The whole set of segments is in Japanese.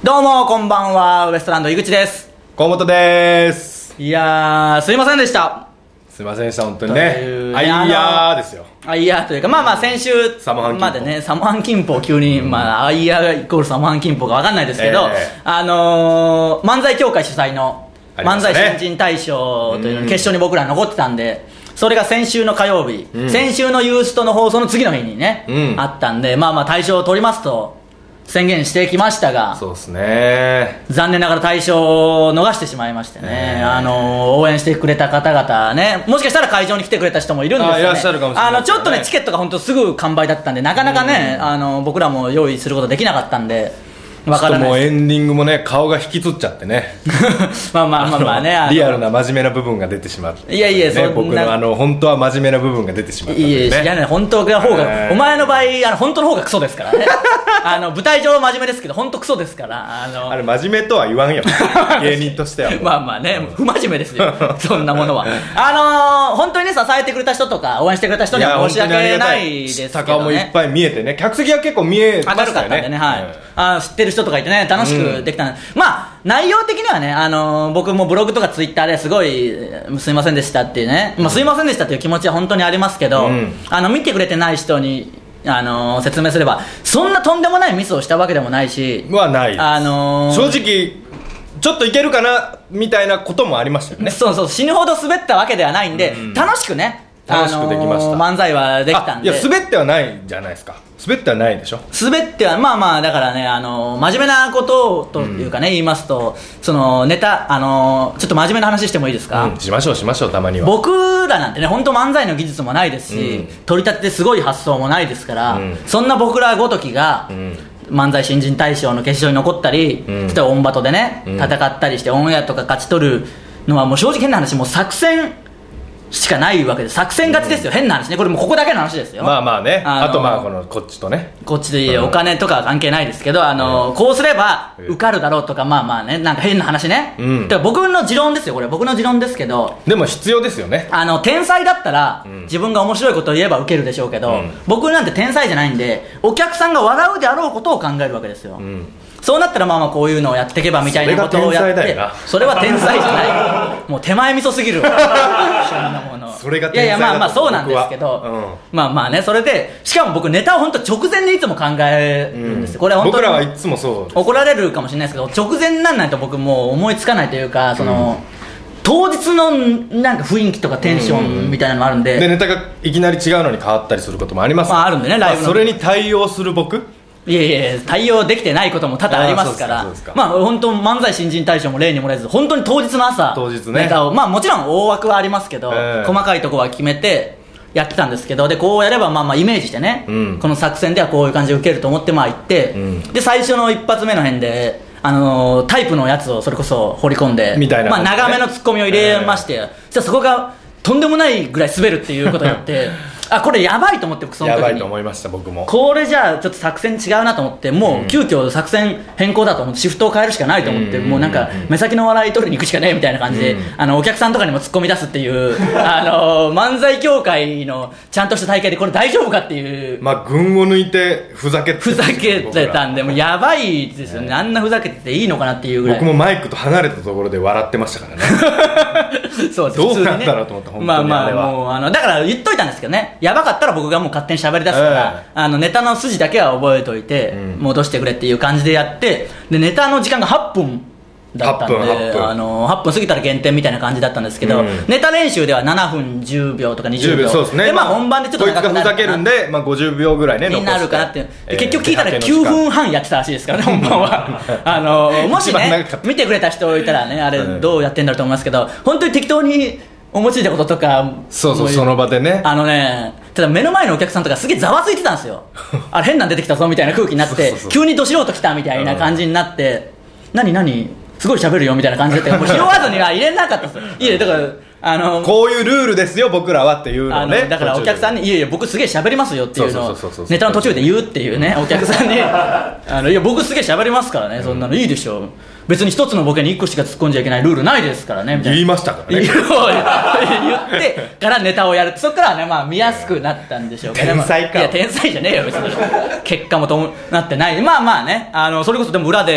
どうもこんばんは、ウエストランド井口です。 河本です。 いやー、すいませんでした。 すいませんでした、本当にね。あいやーですよ。 あいやーというか、まあ先週までね、サモハン金峰急に、あいやーイコールサモハン金峰か分かんないですけど、漫才協会主催の漫才新人大賞というのに決勝に僕ら残ってたんで、それが先週の火曜日、先週のユーストの放送の次の日にね、あったんで、まあ大賞を取りますと宣言してきましたが、 そうですね、 残念ながら大賞を逃してしまいましてね、応援してくれた方々ね、もしかしたら会場に来てくれた人もいるんですよね。 いらっしゃるかもしれないですね。 ちょっとね、チケットが本当すぐ完売だったんで、なかなかね、僕らも用意することできなかったんで、わからない。 もうエンディングもね、顔が引きつっちゃってねまあね、 リアルな真面目な部分が出てしまって、ね、 いやいや、 僕の本当は真面目な部分が出てしまったんで、ね、 いやね、本当の方が、お前の場合本当の方がクソですからね舞台上は真面目ですけど本当クソですから、 あれ真面目とは言わんよ芸人としてはまあね、不真面目ですよそんなものは本当にね、支えてくれた人とか応援してくれた人には申し訳ないですけどね。 坂もいっぱい見えてね、客席は結構見えましたよね。 明るかったんでね、はい、知ってる人とかいてね、楽しくできたんで、まあ内容的にはね、僕もブログとかツイッターですごいすいませんでしたっていうね、すいませんでしたっていう気持ちは本当にありますけど、見てくれてない人に説明すれば、そんなとんでもないミスをしたわけでもないし、 ないです、正直ちょっといけるかなみたいなこともありましたよね。 そう死ぬほど滑ったわけではないんで、楽しくね、 楽しくできました。 漫才はできたんで。 いや、滑ってはないじゃないですか。滑ってはないでしょ。 滑ってはまあだからね、真面目なことというかね、言いますと、そのネタ、ちょっと真面目な話してもいいですか。 しましょうたまには。 僕らなんてね、本当漫才の技術もないですし、取り立ててすごい発想もないですから、そんな僕らごときが、漫才新人大賞の決勝に残ったり、例えばオンバトでね、戦ったりしてオンエアとか勝ち取るのはもう正直変な話、もう作戦しかないわけです。作戦勝ちですよ、変な話ね。これもうここだけの話ですよ。 まあね、あとこっちとね、 こっちでお金とかは関係ないですけど、こうすれば受かるだろうとか、まあね、なんか変な話ね、だから僕の持論ですよ、これ僕の持論ですけど、 でも必要ですよね。 天才だったら、自分が面白いことを言えば受けるでしょうけど、僕なんて天才じゃないんで、お客さんが笑うであろうことを考えるわけですよ。そうなったらまあこういうのをやっていけばみたいなことをやって、それは天才じゃないもう手前味噌すぎるそんなもの。 それが天才だと。 いやまあそうなんですけど、まあね、それでしかも僕ネタを本当直前でいつも考えるんですよ。これ本当に僕らはいつもそうです。 怒られるかもしれないですけど、直前なんて僕もう思いつかないというか、その当日のなんか雰囲気とかテンションみたいなのもあるんで、 ネタがいきなり違うのに変わったりすることもあります。 あるんでね、ライブのそれに対応する僕、 いや対応できてないことも多々ありますから、まあ本当漫才新人大賞も例にもらえず、本当に当日の朝ネタを、まあもちろん大枠はありますけど、細かいところは決めてやってたんですけど、でこうやればまあイメージしてね、この作戦ではこういう感じで受けると思ってまあ行って、で最初の一発目の辺でタイプのやつをそれこそ掘り込んで、 みたいな、 まあ長めのツッコミを入れまして、そこがとんでもないぐらい滑るっていうことによってこれやばいと思って、その時にやばいと思いました。僕もこれじゃあちょっと作戦違うなと思って、もう急遽作戦変更だと思ってシフトを変えるしかないと思って、もうなんか目先の笑い取りに行くしかねえみたいな感じで、お客さんとかにも突っ込み出すっていう漫才協会のちゃんとした大会でこれ大丈夫かっていう、 群を抜いてふざけてたんで、もうやばいですよね、あんなふざけてていいのかなっていうぐらい。 僕もマイクと離れたところで笑ってましたからねそうです、 どうなんだろうと思った、本当にあれは。 もうだから言っといたんですけどね、やばかったら僕がもう勝手に喋り出すから、ネタの筋だけは覚えといて、戻してくれっていう感じでやって、でネタの時間が8分だったんで、8分過ぎたら減点みたいな感じだったんですけど、ネタ練習では7分10秒とか20秒、 そうですね、 で本番でちょっと長くなるこいつがふざけるんで、50秒ぐらいねになるかなって、結局聞いたら9分半やってたらしいですからね、本番はもしね見てくれた人いたらね、あれどうやってんだろうと思いますけど、本当に適当に思いついたこととか、 その場でね、 ただ目の前のお客さんとかすげえざわついてたんですよあれ変なん出てきたぞみたいな空気になって急にど素人来たみたいな感じになって、何すごい喋るよみたいな感じで、もう拾わずには入れなかったですよ。いやだからこういうルールですよ僕らはっていうのをね、 だからお客さんにいや僕すげえ喋りますよっていうのをネタの途中で言うっていうね、お客さんにいや僕すげえ喋りますからね、そんなのいいでしょう、別に一つのボケに1個しか突っ込んじゃいけないルールないですからねみたいな言いましたからね言ってからネタをやる、そっからはね、見やすくなったんでしょうかね。 天才か、 いや天才じゃねえよ別に結果もなってない、まあね、それこそでも裏で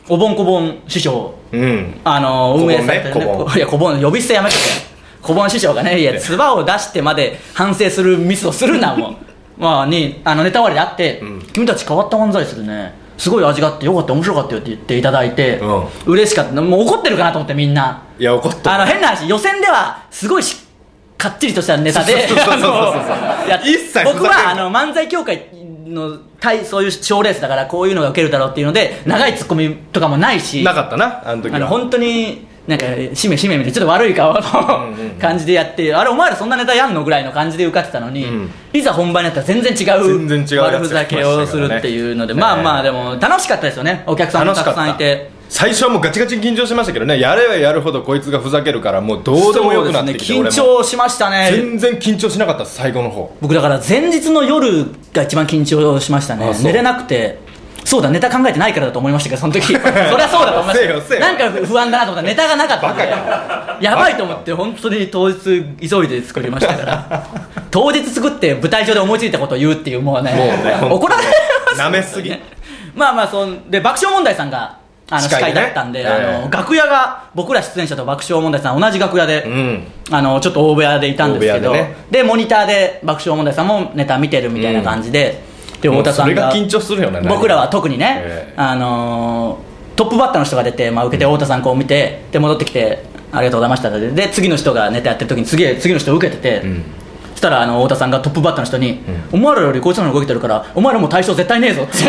おぼんこぼん師匠、運営されてるね、いや、こぼん呼び捨てやめてこぼん師匠がね、いや、唾を出してまで反省するミスをするなもうまあネタ終わりで会って、君たち変わった漫才するね、すごい味があってよかった面白かったよって言っていただいて、嬉しかった。もう怒ってるかなと思って、みんな。 いや、怒ってる。 変な話、予選ではすごいかっちりとしたネタで、僕は漫才協会のそういう賞レースだからこういうのが受けるだろうっていうので、長いツッコミとかもないし、 なかったな、あの時は。 本当になんかしめみたいなちょっと悪い顔の感じでやって、あれお前らそんなネタやんのぐらいの感じで受かってたのに、いざ本番になったら全然違う悪ふざけをするっていうので、まあまあでも楽しかったですよね。お客さんもたくさんいて、 最初はもうガチガチに緊張しましたけどね、やればやるほどこいつがふざけるからもうどうでもよくなってきて、 緊張しましたね。 全然緊張しなかったです、最後の方。 僕だから前日の夜が一番緊張しましたね。寝れなくて、そうだ、ネタ考えてないからだと思いましたけど、その時そりゃそうだと思いましたなんか不安だなと思ったらネタがなかったんでやばいと思って、本当に当日急いで作りましたから当日作って舞台上で思いついたことを言うっていう、もうね怒られますなめすぎまあまあで爆笑問題さんが司会だったんで、楽屋が僕ら出演者と爆笑問題さん同じ楽屋で、ちょっと大部屋でいたんですけど、でモニターで爆笑問題さんもネタ見てるみたいな感じで、で太田さんが、 それが緊張するよね、 僕らは特にね、トップバッターの人が出て、受けて太田さんこう見て、で戻ってきてありがとうございましたで次の人がネタやってる時に次の人受けてて、そしたら太田さんがトップバッターの人に、お前らよりこいつらの動けてるからお前らもう対象絶対ねえぞって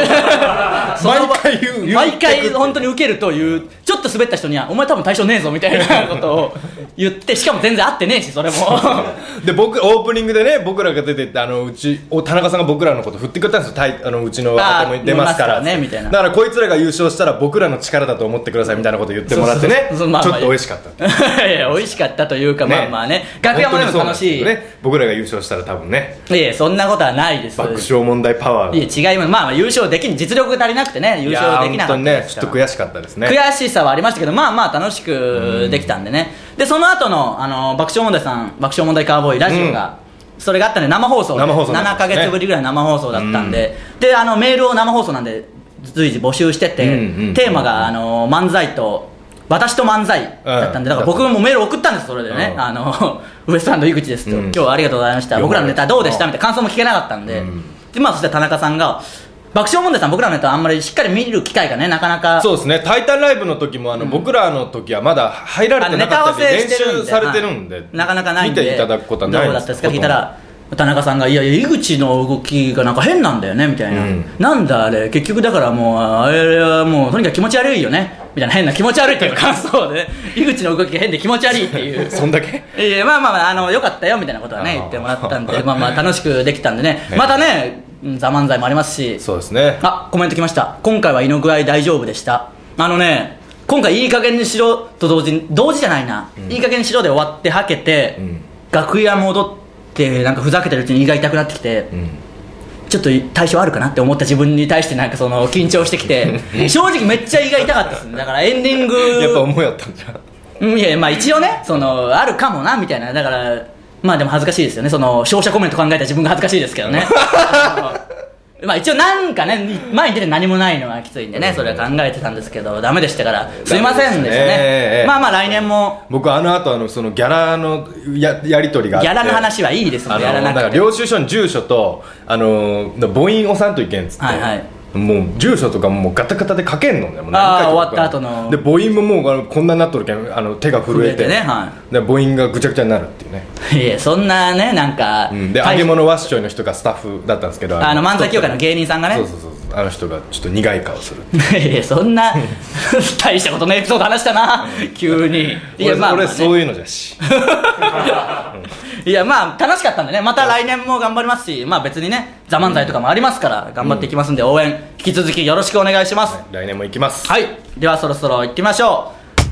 毎回本当に受けるという、ちょっと滑った人にはお前多分対象ねえぞみたいなことを言って、しかも全然合ってねえし、それもでオープニングでね、僕らが出てって田中さんが僕らのこと振ってくれたんですよ、うちの若手も出ますからねみたいな。だからこいつらが優勝したら僕らの力だと思ってくださいみたいなこと言ってもらってね、ちょっと美味しかったいや美味しかったというか、まあまあね、楽屋もでも楽しい、 僕らが優勝したら多分ね、 いやそんなことはないです。 爆笑問題パワー、 いや違います。まあ優勝できん、実力が足りなくてね優勝できなかったですから、 ちょっと悔しかったですね。 悔しさはありましたけど、まあまあ楽しくできたんでね。でその後の爆笑問題さん、爆笑問題カーボーイラジオが、それがあったんで生放送で7ヶ月ぶりぐらい生放送だったんで、でメールを生放送なんで随時募集してて、テーマが漫才と私と漫才だったんで、だから僕もメール送ったんです。それでね、ウエストランド井口ですと、今日はありがとうございました、僕らのネタどうでしたみたいな感想も聞けなかったんで、でそして田中さんが、爆笑問題さん僕らのネタあんまりしっかり見る機会がねなかなか。 そうですね、タイタンライブの時も僕らの時はまだ入られてなかったり練習されてるんで、 なかなかないんで見ていただくことはないんです。 どうだったですか聞いたら、田中さんがいや井口の動きがなんか変なんだよねみたいな、なんだあれ結局だからもうあれはもうとにかく気持ち悪いよねみたいな、変な気持ち悪いっていう感想で井口の動きが変で気持ち悪いっていうそんだけまあまあよかったよみたいなことはね言ってもらったんでまあまあ楽しくできたんでね、またねザ・漫才もありますし。 そうですね。 コメント来ました。今回は胃の具合大丈夫でした。今回いい加減にしろと同時じゃないな、いい加減にしろで終わってはけて、楽屋戻ってなんかふざけてるうちに胃が痛くなってきて、ちょっと対象あるかなって思った自分に対してなんか緊張してきて正直めっちゃ胃が痛かったですね。だからエンディングやっぱ思いやったんじゃん。 いやまあ一応ねあるかもなみたいな。だからまあでも恥ずかしいですよね、勝者コメント考えた自分が恥ずかしいですけどねまあ一応なんかね前に出て何もないのはきついんでね、それは考えてたんですけどダメでしたからすいませんでしたね。まあまあ来年も僕後そのギャラの やり取りがあって、 ギャラの話はいいですよ、やらなくて。 だから領収書に住所と母印押さんといけんっつって、もう住所とかもガタガタで書けんのね。もう終わった後ので母印ももうこんなになっとるけん手が震えてね、 で母印がぐちゃぐちゃになるっていうね。 いやそんなねなんか、 で揚げ物ワッショイの人がスタッフだったんですけど、 漫才協会の芸人さんがね、 そうあの人がちょっと苦い顔するいやそんな大したことのエピソード話したな急に。いや俺そういうのじゃしいやまあ楽しかったんでね、また来年も頑張りますし、まあ別にねザ・漫才とかもありますから頑張っていきますんで、応援引き続きよろしくお願いします。 来年も行きます。 はい、ではそろそろ行きましょ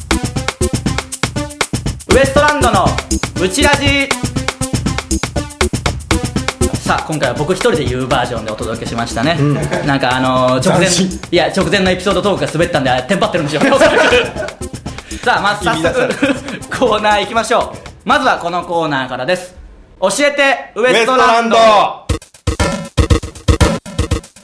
う。ウエストランドのブチラジ。さあ今回は僕一人で言うバージョンでお届けしましたね、なんか直前のエピソードトークが滑ったんでテンパってるんでしょうねおそらくさあまず早速コーナー行きましょう。まずはこのコーナーからです。教えてウエストランド。こ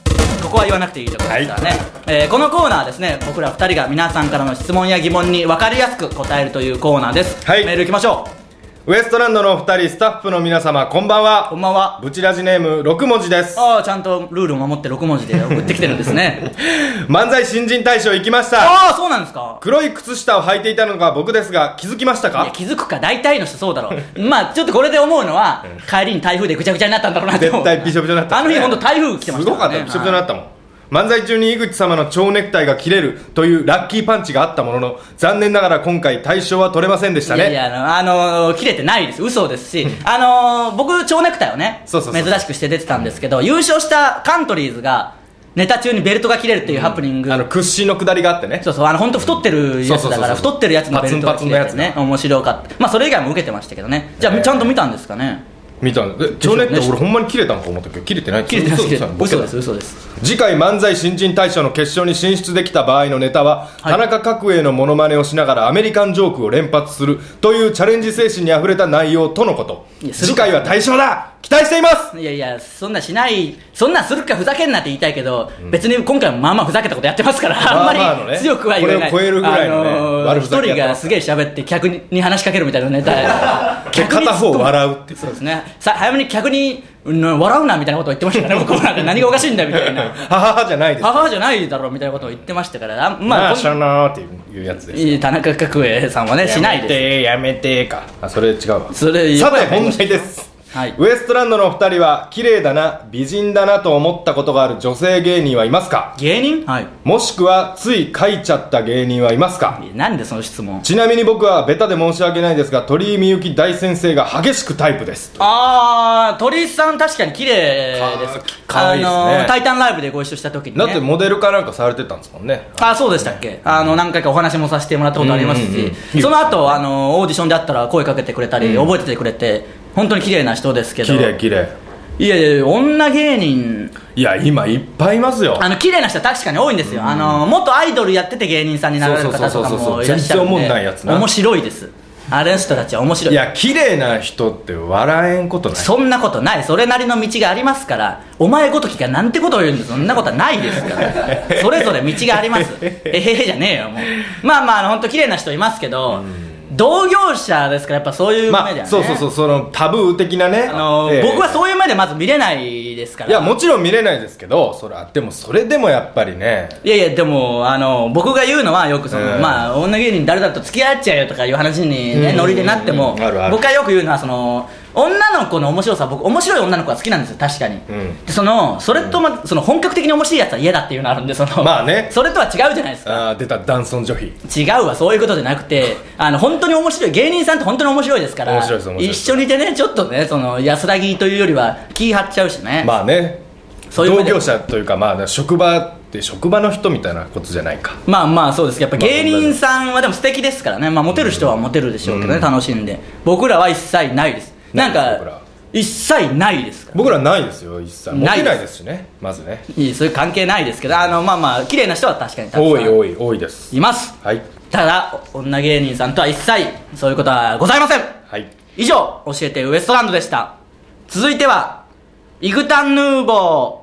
ここは言わなくていいところですからね、このコーナーはですね、僕ら2人が皆さんからの質問や疑問に分かりやすく答えるというコーナーです、メールいきましょう。 ウエストランドのお二人、スタッフの皆様、こんばんは。 こんばんは。 ブチラジネーム6文字です。 ああ、ちゃんとルールを守って6文字で送ってきてるんですね漫才新人大賞行きました。 ああ、そうなんですか。 黒い靴下を履いていたのが僕ですが、気づきましたか？ いや、気づくか、大体の人そうだろうまあちょっとこれで思うのは、帰りに台風でぐちゃぐちゃになったんだろうなって思う。 絶対ビショビショになった、ね、 あの日本当台風来てましたからね。 すごかった、ビショビショになったもん。漫才中に井口様の蝶ネクタイが切れるというラッキーパンチがあったものの、残念ながら今回大賞は取れませんでしたね。 いや切れてないです、嘘ですし僕蝶ネクタイをね、珍しくして出てたんですけど、優勝したカントリーズがネタ中にベルトが切れるっていうハプニング、 屈伸の下りがあってね。 そうそう、本当太ってるやつだから、太ってるやつのベルトが切れてね、面白かった。まあそれ以外も受けてましたけどね。じゃあちゃんと見たんですかね。 見たんで、蝶ネクタイ俺ほんまに切れたんか思ったけど、切れてない。 切れてない、嘘です。 次回漫才新人大賞の決勝に進出できた場合のネタは、田中角栄のモノマネをしながらアメリカンジョークを連発するというチャレンジ精神にあふれた内容とのこと。次回は大賞だ、期待しています。 いやそんなしない、そんなんするかふざけんなって言いたいけど、別に今回もまあまあふざけたことやってますから、あんまり強くは言えない。 これを超えるぐらいのね、悪ふざけ一人がすげえ喋って客に話しかけるみたいなネタ片方笑うって。 そうですね、早めに客に笑うなみたいなことを言ってましたからね僕もなんか何がおかしいんだみたいな母じゃないです、 母じゃないだろみたいなことを言ってましたから、 まあしゃなーっていうやつです。 田中角栄さんはね、しないです。 やめてか。それ違うわ。 それさて本題です。ウエストランドのお二人は綺麗だな、美人だなと思ったことがある女性芸人はいますか？ 芸人？ もしくはつい書いちゃった芸人はいますか？ なんでその質問。 ちなみに僕はベタで申し訳ないですが、鳥居みゆき大先生が激しくタイプです。 鳥居さん確かに綺麗です。 かわいいですね。 タイタンライブでご一緒した時にね、 だってモデルかなんかされてたんですもんね。 そうでしたっけ。何回かお話もさせてもらったことありますし、その後オーディションであったら声かけてくれたり、覚えててくれて、本当に綺麗な人ですけど。 綺麗。 いや女芸人、 いや今いっぱいいますよ。 綺麗な人は確かに多いんですよ。元アイドルやってて芸人さんになられる方とかもいらっしゃるんで、 全然思んないやつな。 面白いです。あれの人たちは面白い。 いや綺麗な人って笑えんことない。 そんなことない。それなりの道がありますから。お前ごときがなんてことを言うんです。そんなことはないですからそれぞれ道があります。じゃねえよもう。まあ本当綺麗な人いますけど、同業者ですから、やっぱそういう目ではね、 そのタブー的なね、 僕はそういう目でまず見れないですから。 いやもちろん見れないですけど、でもそれでもやっぱりね。 いやでも僕が言うのはよく女芸人誰だと付き合っちゃうよとかいう話にね、ノリでなっても、僕がよく言うのは女の子の面白さ、僕面白い女の子が好きなんですよ、確かに。でそれと本格的に面白いやつは嫌だっていうのあるんで、 まあね、 それとは違うじゃないですか。 出た男尊女卑。 違うわ、そういうことじゃなくて、本当に面白い芸人さんって本当に面白いですから、一緒にいてね、ちょっとね、安らぎというよりは気張っちゃうしね。 まあね、同業者というか、職場って職場の人みたいなことじゃないか。まあそうです。やっぱ芸人さんはでも素敵ですからね。モテる人はモテるでしょうけどね、楽しんで。僕らは一切ないです。なんか一切ないですから。 僕らないですよ、一切。モテないですしね、まずね。 そういう関係ないですけど、綺麗な人は確かにたくさん多いです。 います。ただ女芸人さんとは一切そういうことはございません。以上、教えてウエストランドでした。続いてはイグタンヌーボ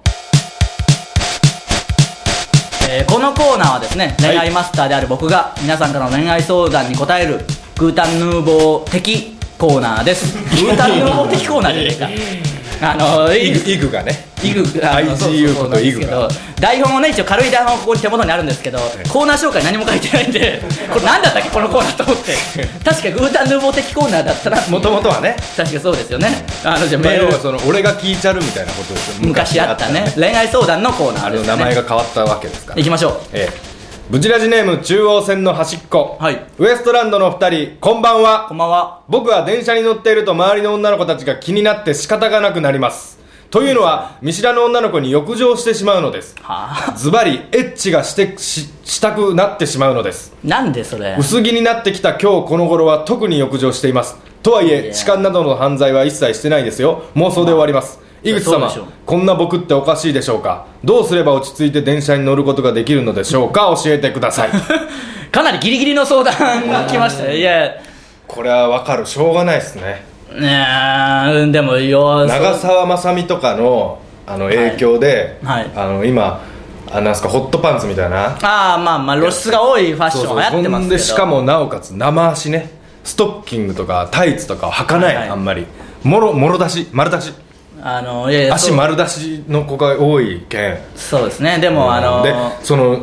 ー。このコーナーはですね、恋愛マスターである僕が皆さんからの恋愛相談に答えるグータンヌーボー的コーナーです。グータンヌーボー的コーナーじゃねえか。 イグがね、IGU とイグが台本をね、一応軽い台本がここに手元にあるんですけど、コーナー紹介何も書いてないんで、これ何だったっけこのコーナーと思って。確かグータンヌーボー的コーナーだったら、 もともとはね、 確かそうですよね。じゃあメール、俺が聞いちゃるみたいなことですよ。 昔あったね、恋愛相談のコーナーですね。 名前が変わったわけですから。 いきましょう。 ブチラジネーム中央線の端っこ、ウエストランドの2人、こんばんは。 こんばんは。 僕は電車に乗っていると周りの女の子たちが気になって仕方がなくなります。というのは見知らぬ女の子に欲情してしまうのです。ズバリエッチがしたくなってしまうのです。 なんでそれ。 薄着になってきた今日この頃は特に欲情しています。とはいえ痴漢などの犯罪は一切してないですよ。妄想で終わります。井口様、こんな僕っておかしいでしょうか。どうすれば落ち着いて電車に乗ることができるのでしょうか。教えてください。 かなりギリギリの相談が来ましたね。いや、 これは分かる。しょうがないですね。 でも長澤まさみとかの影響で、今なんすかホットパンツみたいな、 まあ露出が多いファッション流行ってますけど、 ほんでしかもなおかつ生足ね、ストッキングとかタイツとかを履かない、あんまりもろ出し丸出し、足丸出しの子が多いけん。 そうですね。でもでその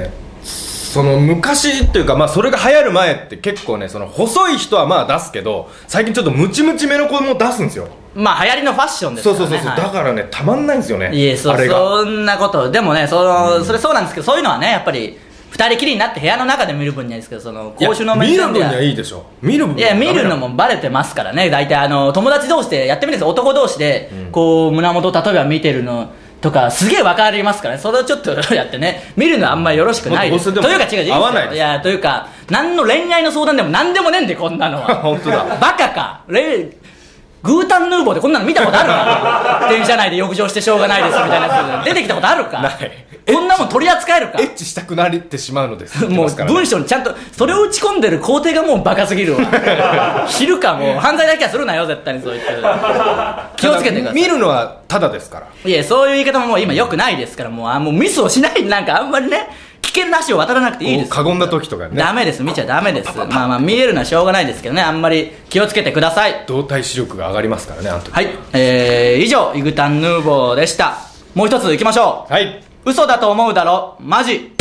昔っていうか、それが流行る前って結構ね、その細い人は出すけど、最近ちょっとムチムチめの子も出すんですよ。 流行りのファッションですからね。 そう、だからね、たまんないんですよね。 いえ、そんなことでもね、それそうなんですけど、そういうのはね、やっぱり二人きりになって部屋の中で見る分にはいいですけど、その公衆の面では見る分にはいいでしょ。見るのもバレてますからね。大体友達同士でやってみるんですよ。男同士でこう胸元例えば見てるのとかすげえ分かりますからね。それをちょっとやってね、見るのはあんまりよろしくないです。というか違う、 合わないです。 いや、というか何の恋愛の相談でも何でもねえんで、こんなのは本当だ、 バカか。グータンヌーボーでこんなの見たことあるか電車内で浴場してしょうがないですみたいなやつ出てきたことあるか。 ない。 こんなもん取り扱えるか。 エッチしたくなってしまうのですもう文章にちゃんとそれを打ち込んでる工程がもうバカすぎるわ知るか、もう犯罪だけはするなよ絶対に。そういった気をつけてください。 見るのはただですから。 いや、そういう言い方ももう今良くないですから。もうミスをしない、なんかあんまりね、危険な足を渡らなくていいです。 過言な時とかね、 ダメです。見ちゃダメです。見えるのはしょうがないですけどね、あんまり気をつけてください。 動体視力が上がりますからね、あの時。 はい、以上イグタンヌーボーでした。もう一ついきましょう。 はい。 嘘だと思うだろマジ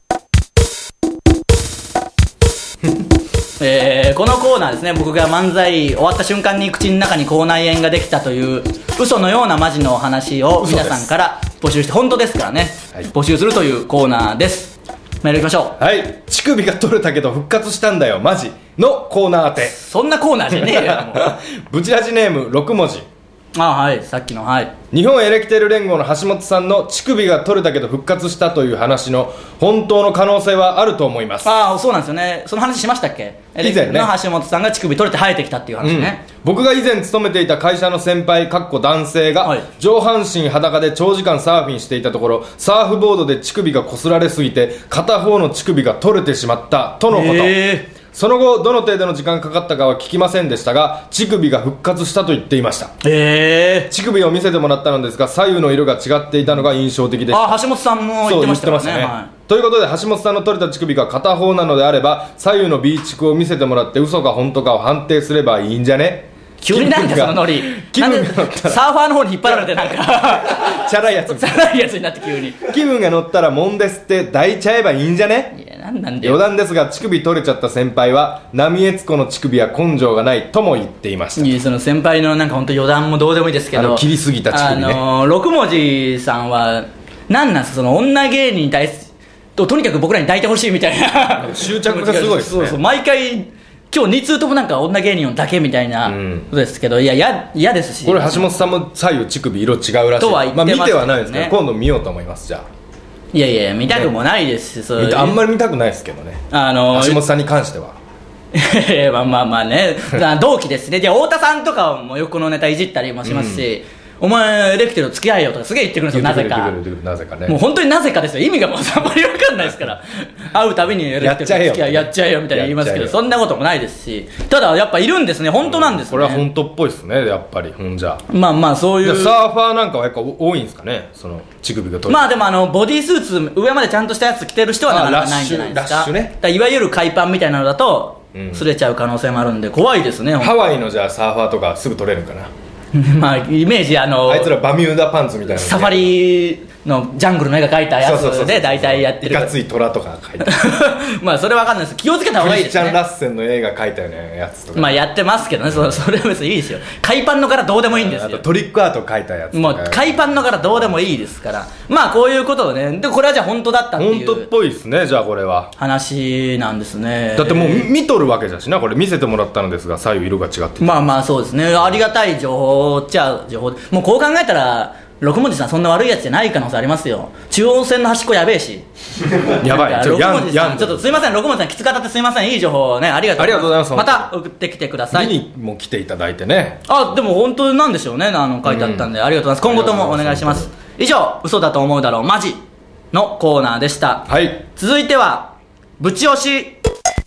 このコーナーですね、僕が漫才終わった瞬間に口の中に口内炎ができたという嘘のようなマジのお話を皆さんから募集して、本当ですからね、募集するというコーナーです。メールいきましょう。 はい。乳首が取れたけど復活したんだよマジのコーナー宛て。 そんなコーナーじゃねえよもうブチラジネーム6文字。 はい、さっきの。はい。 日本エレキテル連合の橋本さんの乳首が取れたけど復活したという話の本当の可能性はあると思います。 そうなんですよね。その話しましたっけ。 以前ね、 の橋本さんが乳首取れて生えてきたっていう話ね、 僕が以前勤めていた会社の先輩男性が上半身裸で長時間サーフィンしていたところ、サーフボードで乳首が擦られすぎて片方の乳首が取れてしまったとのこと。その後どの程度の時間かかったかは聞きませんでしたが、乳首が復活したと言っていました。乳首を見せてもらったのですが、左右の色が違っていたのが印象的でした。 橋本さんも言ってましたね。 ということで橋本さんの取れた乳首が片方なのであれば、左右の B 乳を見せてもらって嘘か本当かを判定すればいいんじゃね。 急になんだそのノリ。なんでサーファーの方に引っ張られてなんかチャラいやつになって急に気分が乗ったらもんですって抱いちゃえばいいんじゃね。 いや、なんなんだよ。 余談ですが乳首取れちゃった先輩は浪江津子の乳首は根性がないとも言っていました。 いや、その先輩のなんか本当余談もどうでもいいですけど、 切りすぎた乳首ね。 六文字さんは何なんですか、その女芸人に対すとにかく僕らに抱いてほしいみたいな執着がすごいですね。 そう毎回今日2通ともなんか女芸人だけみたいなことですけど、いや嫌ですし、 これ橋本さんも左右乳首色違うらしいとは言ってます、見てはないですけど、今度見ようと思います。じゃあいや見たくもないですし、 あんまり見たくないですけどね、橋本さんに関してはまあね同期ですね。で太田さんとかもよくこのネタいじったりもしますし、お前エレキテル付き合えよとかすげえ言ってくるんですよ。なぜかね、もう本当になぜかですよ。意味がもうあんまり分かんないですから会うたびにエレキテル付き合いやっちゃえよみたいな言いますけど、そんなこともないですし、ただやっぱいるんですね。本当なんですね、 これは本当っぽいですね。やっぱりじゃあそういうサーファーなんかはやっぱ多いんですかね、その乳首が取れる。 でもボディースーツ上までちゃんとしたやつ着てる人はなかなかないんじゃないですか。 ラッシュね。 いわゆる海パンみたいなのだと擦れちゃう可能性もあるんで怖いですね。 ハワイのじゃあサーファーとかすぐ取れるかなイメージあいつらバミューダパンツみたいなサファリのジャングルの絵が描いたやつで大体やってる。 いかつい虎とか描いてそれは分かんないです。気をつけた方がいいですね。 クリスチャン・ラッセンの映画描いたよねやつとかやってますけどね。それは別にいいですよ。海パンの柄どうでもいいんですよ。 あとトリックアート描いたやつとか、 もう海パンの柄どうでもいいですから、こういうことをね。でこれはじゃあ本当だったっていう本当っぽいですね。じゃあこれは話なんですね。 だってもう見とるわけじゃしな。これ見せてもらったのですが左右色が違ってそうですね。ありがたい情報っちゃ情報で、もうこう考えたら六文字さんそんな悪いやつじゃない可能性ありますよ。中央線の端っこやべえしやばい。 六文字さんちょっとすいません。六文字さんきつかったってすいません。いい情報ね、ありがとうございます。また送ってきてください。 見にも来ていただいてね。 でも本当なんでしょうね。書いてあったんで、ありがとうございます。今後ともお願いします。以上嘘だと思うだろうマジのコーナーでした。続いてはぶち押し。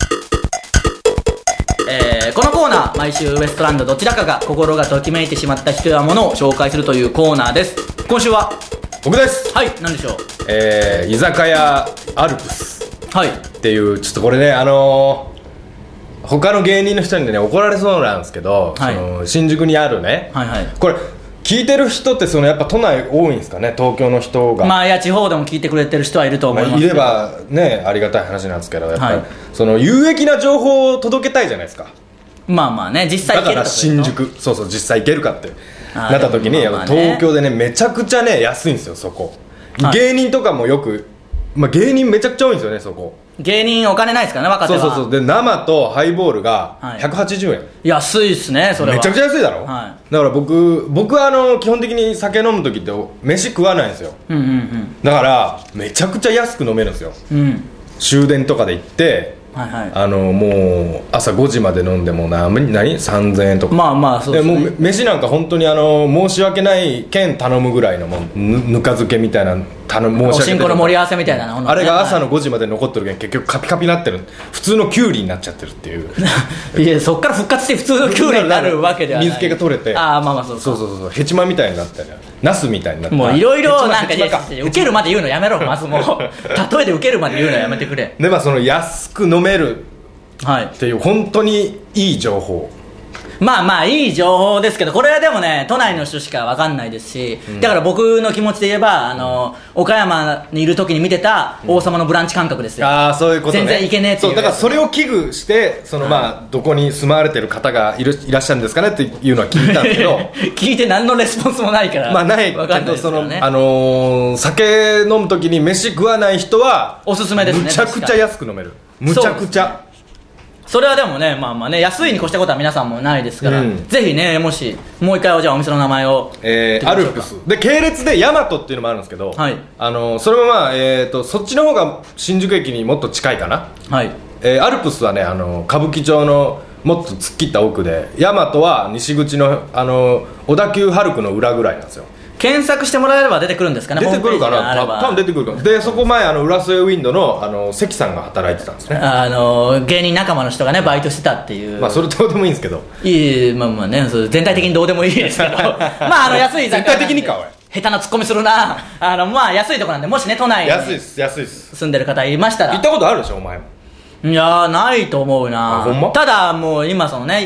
このコーナー毎週ウエストランドどちらかが心がときめいてしまった人や物を紹介するというコーナーです。今週は僕です。 はい、何でしょう。 居酒屋アルプスっていう、ちょっとこれね他の芸人の人にね怒られそうなんですけど、その新宿にあるね、これ聞いてる人ってやっぱ都内多いんですかね、東京の人が。 いや地方でも聞いてくれてる人はいると思いますけど、 いればねありがたい話なんですけど、やっぱり、その有益な情報を届けたいじゃないですか。 実際行けるか。 だから新宿実際行けるかってなった時に、東京でねめちゃくちゃね安いんですよそこ、芸人とかもよく、芸人めちゃくちゃ多いんですよねそこ。 芸人お金ないですからね、若手は。 そうで生とハイボールが180円、 安いっすねそれは。 めちゃくちゃ安いだろ、だから僕は基本的に酒飲む時って飯食わないんですよ、だからめちゃくちゃ安く飲めるんですよ、終電とかで行って、もう朝5時まで飲んでも3000円とか、そうですね。もう飯なんか本当に申し訳ない券頼むぐらいのもん、ぬか漬けみたいな申し訳ない、おしんこの盛り合わせみたいなの、 あれが朝の5時まで残ってるけん結局カピカピになってる、普通のキュウリになっちゃってるっていういやそっから復活して普通のキュウリになるわけではない。 水気が取れて、そうヘチマみたいになったりナスみたいになったり、 もういろいろなんか受けるまで言うのやめろまず。もう例えで受けるまで言うのやめてくれ。 でその安く飲めるっていう本当にいい情報、 いい情報ですけど、これはでもね都内の人しか分かんないですし、だから僕の気持ちで言えば岡山にいる時に見てた王様のブランチ感覚ですよ。 そういうことね。 全然いけねえっていう。 だからそれを危惧してどこに住まわれてる方がいらっしゃるんですかねっていうのは聞いたんですけど聞いて何のレスポンスもないからないけど、酒飲む時に飯食わない人はおすすめですね。 むちゃくちゃ安く飲める、むちゃくちゃ。 それはでもね、安いに越したことは皆さんもないですから、ぜひね、もしもう一回じゃあお店の名前を、 アルプスで系列でヤマトっていうのもあるんですけど、それもそっちの方が新宿駅にもっと近いかな、アルプスはね歌舞伎町のもっと突っ切った奥で、ヤマトは西口の小田急ハルクの裏ぐらいなんですよ。 検索してもらえれば出てくるんですかね。 出てくるかな、多分出てくるかな。でそこ前浦添ウィンドの関さんが働いてたんですね。 芸人仲間の人がねバイトしてたっていう。 それどうでもいいんですけど、 全体的にどうでもいいですけど安い居酒屋なんで。全体的にかおい下手なツッコミするな。安いとこなんで、もしね都内に住んでる方いましたら。 行ったことあるでしょお前も。 いやないと思うな。 ほんま？ ただもう今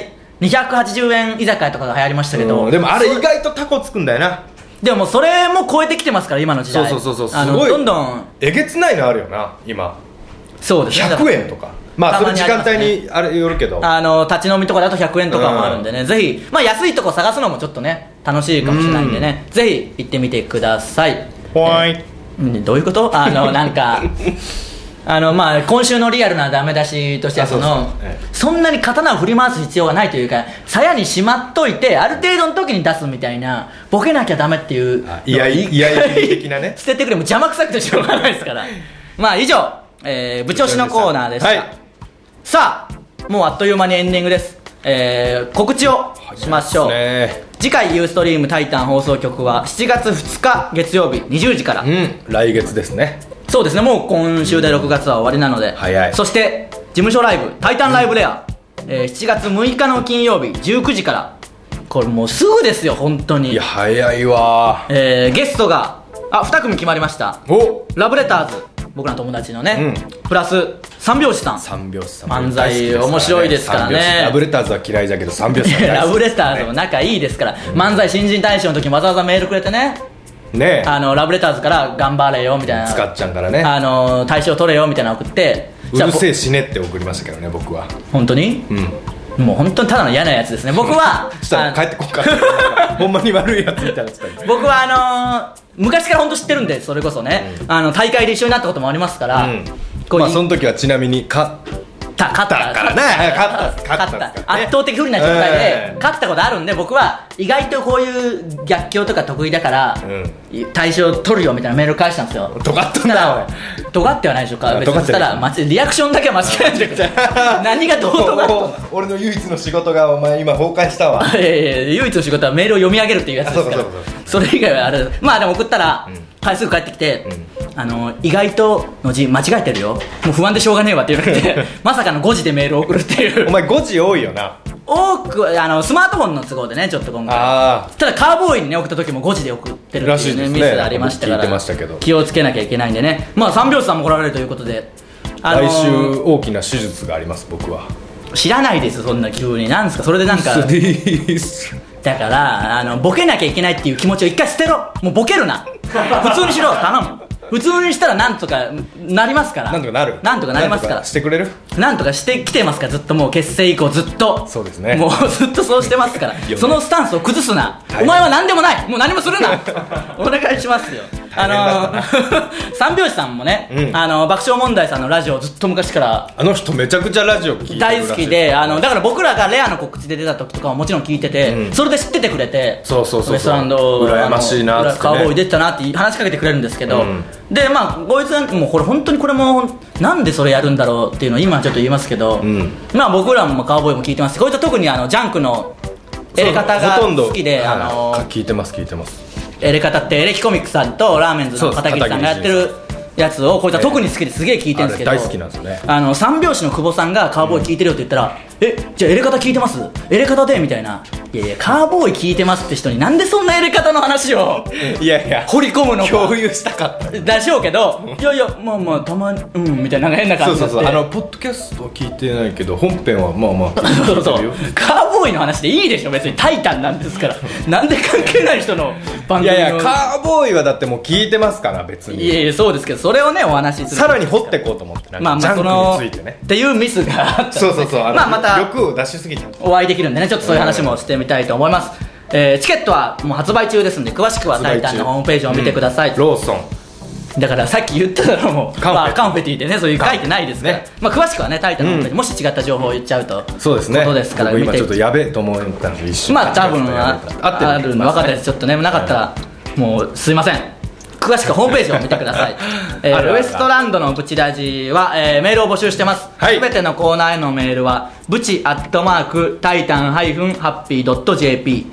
280円居酒屋とかが流行りましたけど、 でもあれ意外とタコつくんだよな。 でもそれも超えてきてますから今の時代。 すごいどんどんえげつないのあるよな今。 そうですね、 100円とかその時間帯にあれよるけど、 立ち飲みとかだと100円とかもあるんでね、ぜひ安いとこ探すのもちょっとね楽しいかもしれないんでね、ぜひ行ってみてください。 どういうこと？なんか今週のリアルなダメ出しとしてはそんなに刀を振り回す必要がないというか、鞘にしまっといてある程度の時に出すみたいな、ボケなきゃダメっていういや的なね捨ててくれも邪魔くさくてしょうがないですから以上、部長氏のコーナーでした、さあもうあっという間にエンディングです。告知をしましょう、次回ユーストリームタイタン放送局は7月2日月曜日20時から、 来月ですね。 そうですね、もう今週で6月は終わりなので、そして事務所ライブタイタンライブレア、7月6日の金曜日19時から、これもうすぐですよ本当に。 いや早いわ。 ゲストが2組決まりました。ラブレターズ、僕らの友達のね、プラス三拍子さん。漫才面白いですからね。 ラブレターズは嫌いだけど三拍子さんラブレターズも仲いいですから、漫才新人大賞の時にわざわざメールくれてね、ラブレターズから頑張れよみたいな、 つかっちゃんからね大賞取れよみたいなの送って、 うるせえ死ねって送りましたけどね僕は。 本当に？もう本当にただの嫌なやつですね僕は。 したら帰ってこっかほんまに悪いやつみたいな。 僕は昔から本当知ってるんで、それこそね、大会で一緒になったこともありますから、 その時はちなみに勝ったからね。勝った圧倒的不利な状態で勝ったことあるんで、僕は意外とこういう逆境とか得意だから大賞取るよみたいなメール返したんですよ。 尖ったんだおい。尖ってはないでしょうか別に。そしたらリアクションだけは間違えないでください何がどう尖ったの。 俺の唯一の仕事がお前今崩壊したわ。 唯一の仕事はメールを読み上げるっていうやつですから。それ以外はあれでも送ったらすぐ帰ってきて、意外との字間違えてるよ、もう不安でしょうがねえわって言われてまさかの5時でメールを送るっていう。 お前5時多いよな。 多多くスマートフォンの都合でねちょっと今回ただカーボーイにね送った時も5時で送ってるっていうねミスがありましたから気をつけなきゃいけないんでね。まあ三拍子さんも来られるということで来週大きな手術があります。僕は知らないです。そんな急になんですかそれでなんかだからボケなきゃいけないっていう気持ちを一回捨てろ。もうボケるな普通にしろ頼む。普通にしたらなんとかなりますから。 なんとかなる。 なんとかなりますから。 してくれる。 なんとかしてきてますからずっともう結成以降ずっと。 そうですね。 もうずっとそうしてますからそのスタンスを崩すな、お前は何でもないもう何もするなお願いしますよ。三拍子さんもね、爆笑問題さんのラジオずっと昔からあの人めちゃくちゃラジオ聞いてる大好きでだから僕らがレアの告知で出た時とかはもちろん聞いてて、それで知っててくれてそうウエストランド羨ましいなって、 カーボーイ出てたなって話しかけてくれるんですけど、でまあこいつはもうこれ本当にこれもなんでそれやるんだろうっていうのを今ちょっと言いますけど、まあ僕らもカーボーイも聞いてます。こいつは特にジャンクのエレカタが好きで聞いてますエレカタってエレキコミックさんとラーメンズの片桐さんがやってるやつをこいつは特に好きですげえ聞いてるんですけど、 大好きなんですね。 三拍子の久保さんがカーボーイ聞いてるよって言ったら、じゃあエレカタ聞いてます？エレカタでみたいな。いやいやカーボーイ聞いてますって人になんでそんなエレカタの話をいやいや掘り込むのか共有したかったでしょうけど、いやいやまあまあたまにみたいな変な感じになって、 そうポッドキャストは聞いてないけど本編はまあまあそうカーボーイの話でいいでしょ別にタイタンなんですからなんで関係ない人の番組のいやいやカーボーイはだってもう聞いてますから別に。 いやいやそうですけどそれをねお話しするさらに掘っていこうと思ってなんかジャンクについてねっていうミスがあったんでそうまた欲を出しすぎちゃうお会いできるんでねちょっとそういう話もしてみたいと思います。チケットはもう発売中ですんで詳しくはタイタンのホームページを見てください。 ローソンだからさっき言ったのもカンフェティでねそういう書いてないですから、まあ詳しくはねタイタンのホームページ、もし違った情報を言っちゃうとそうですねことですから僕今ちょっとやべえと思ったんで一瞬まあ多分あるんで分かったです。ちょっとねなかったらもうすいません。詳しくはホームページを見てください。ウエストランドのブチラジは、メールを募集してます。すべてのコーナーへのメールはブチ@titan-happy.jp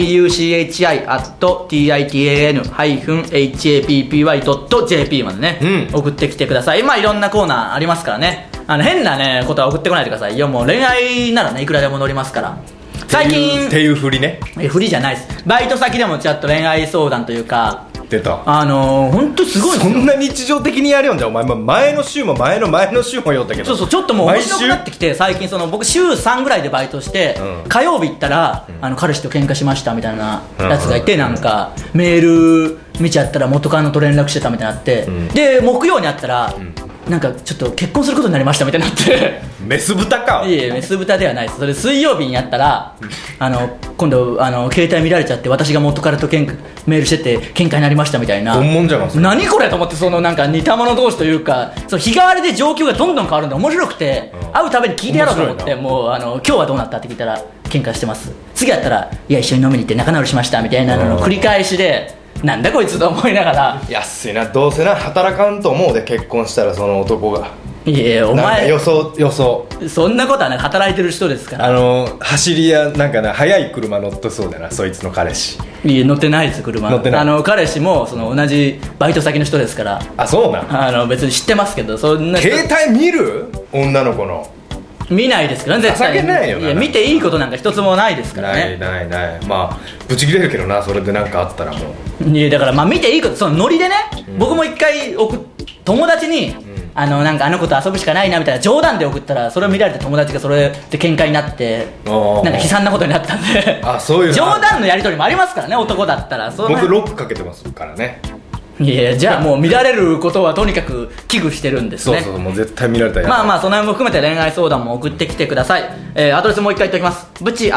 buchi@titan-happy.jp までね、送ってきてください。まあいろんなコーナーありますからね。変なねことは送ってこないでくださいよ。もう恋愛ならねいくらでも乗りますから。最近っていう振りね。 振りじゃないです。バイト先でもちょっと恋愛相談というか出た。 本当すごいですよ。 そんな日常的にやるよんじゃんお前。前の週も前の週もよったけどそうちょっともう面白くなってきて最近僕週3ぐらいでバイトして、火曜日行ったら彼氏と喧嘩しましたみたいなやつがいて、なんかメール見ちゃったら元カノと連絡してたみたいになって、で木曜に会ったら、なんかちょっと結婚することになりましたみたいになってメス豚か。 いやメス豚ではないです。それ水曜日にやったら今度携帯見られちゃって私が元彼とメールしてて喧嘩になりましたみたいな。 本物じゃん何これと思って、なんか似た者同士というか日替わりで状況がどんどん変わるんで面白くて、会うたびに聞いてやろうと思って、もう今日はどうなったって聞いたら喧嘩してます。次やったらいや一緒に飲みに行って仲直りしましたみたいなのの繰り返しで、なんだこいつと思いながら。 安いな。どうせな働かんと思うで結婚したらその男が。 いやお前予想そんなことはね働いてる人ですから。 走り屋なんかな速い車乗ってそうだなそいつの彼氏。 いや乗ってないです車。 乗ってない。 彼氏も同じバイト先の人ですから。 あそうなん。 別に知ってますけどそんな携帯見る女の子の。 見ないですからね絶対。 情けないよな。 いや見ていいことなんか一つもないですからね。 ないまあブチ切れるけどなそれでなんかあったらもう。いやだからまあ見ていいことノリでね、僕も一回友達に、なんかあの子と遊ぶしかないなみたいな冗談で送ったら、それを見られて友達がそれで喧嘩になってなんか悲惨なことになったんでそういう冗談のやり取りもありますからね男だったら。 僕ロックかけてますからね。 いやじゃあもう見られることはとにかく危惧してるんですね。 そうもう絶対見られたらやばい。 まあその辺も含めて恋愛相談も送ってきてください。アドレスもう一回言っておきます。ブチ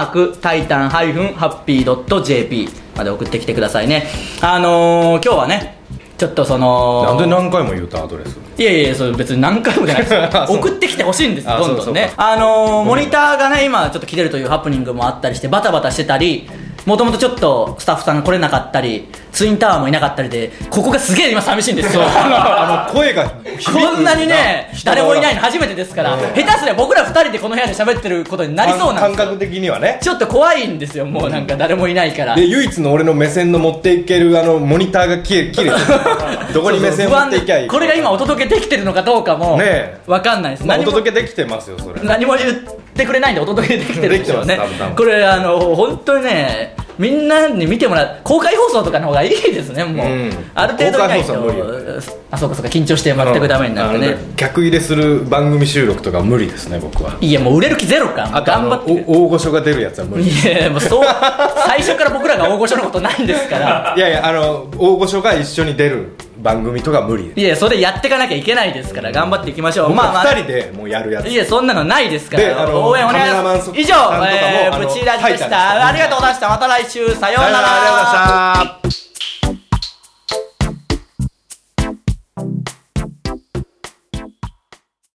@titan-happy.jp まで送ってきてくださいね。今日はねちょっとなんで何回も言うたアドレス。 いやそれ別に何回もじゃないです送ってきてほしいんですよどんどんね。モニターがね今ちょっと切れるというハプニングもあったりしてバタバタしてたり、もともとちょっとスタッフさんが来れなかったりツインタワーもいなかったりで、ここがすげえ今寂しいんですよ声がこんなにね誰もいないの初めてですから、下手すりゃ僕ら2人でこの部屋で喋ってることになりそうなんですよ。 感覚的にはねちょっと怖いんですよ。もうなんか誰もいないから。 で唯一の俺の目線の持っていけるモニターが切れてるどこに目線持っていきゃいいこれが今お届けできてるのかどうかも分かんないです。 お届けできてますよそれ。 何も言ってってくれないんでお届けできてるんですよね。 できてます。 これ本当にね、みんなに見てもらう、公開放送とかの方がいいですね。もう、ある程度ないと、そうか緊張して全くダメになってね。 客入れする番組収録とか無理ですね、僕は。 いや、もう売れる気ゼロか。頑張って。 大御所が出るやつは無理。 いや、もう最初から僕らが大御所のことないんですから。 いやいや、大御所が一緒に出る番組とか無理です。 いや、それやっていかなきゃいけないですから、頑張っていきましょう。 僕は2人でもうやるやつ。 いや、そんなのないですから、応援お願いします。以上、ブチラジでした。ありがとうございました。また来週、さようなら。 ありがとうございました。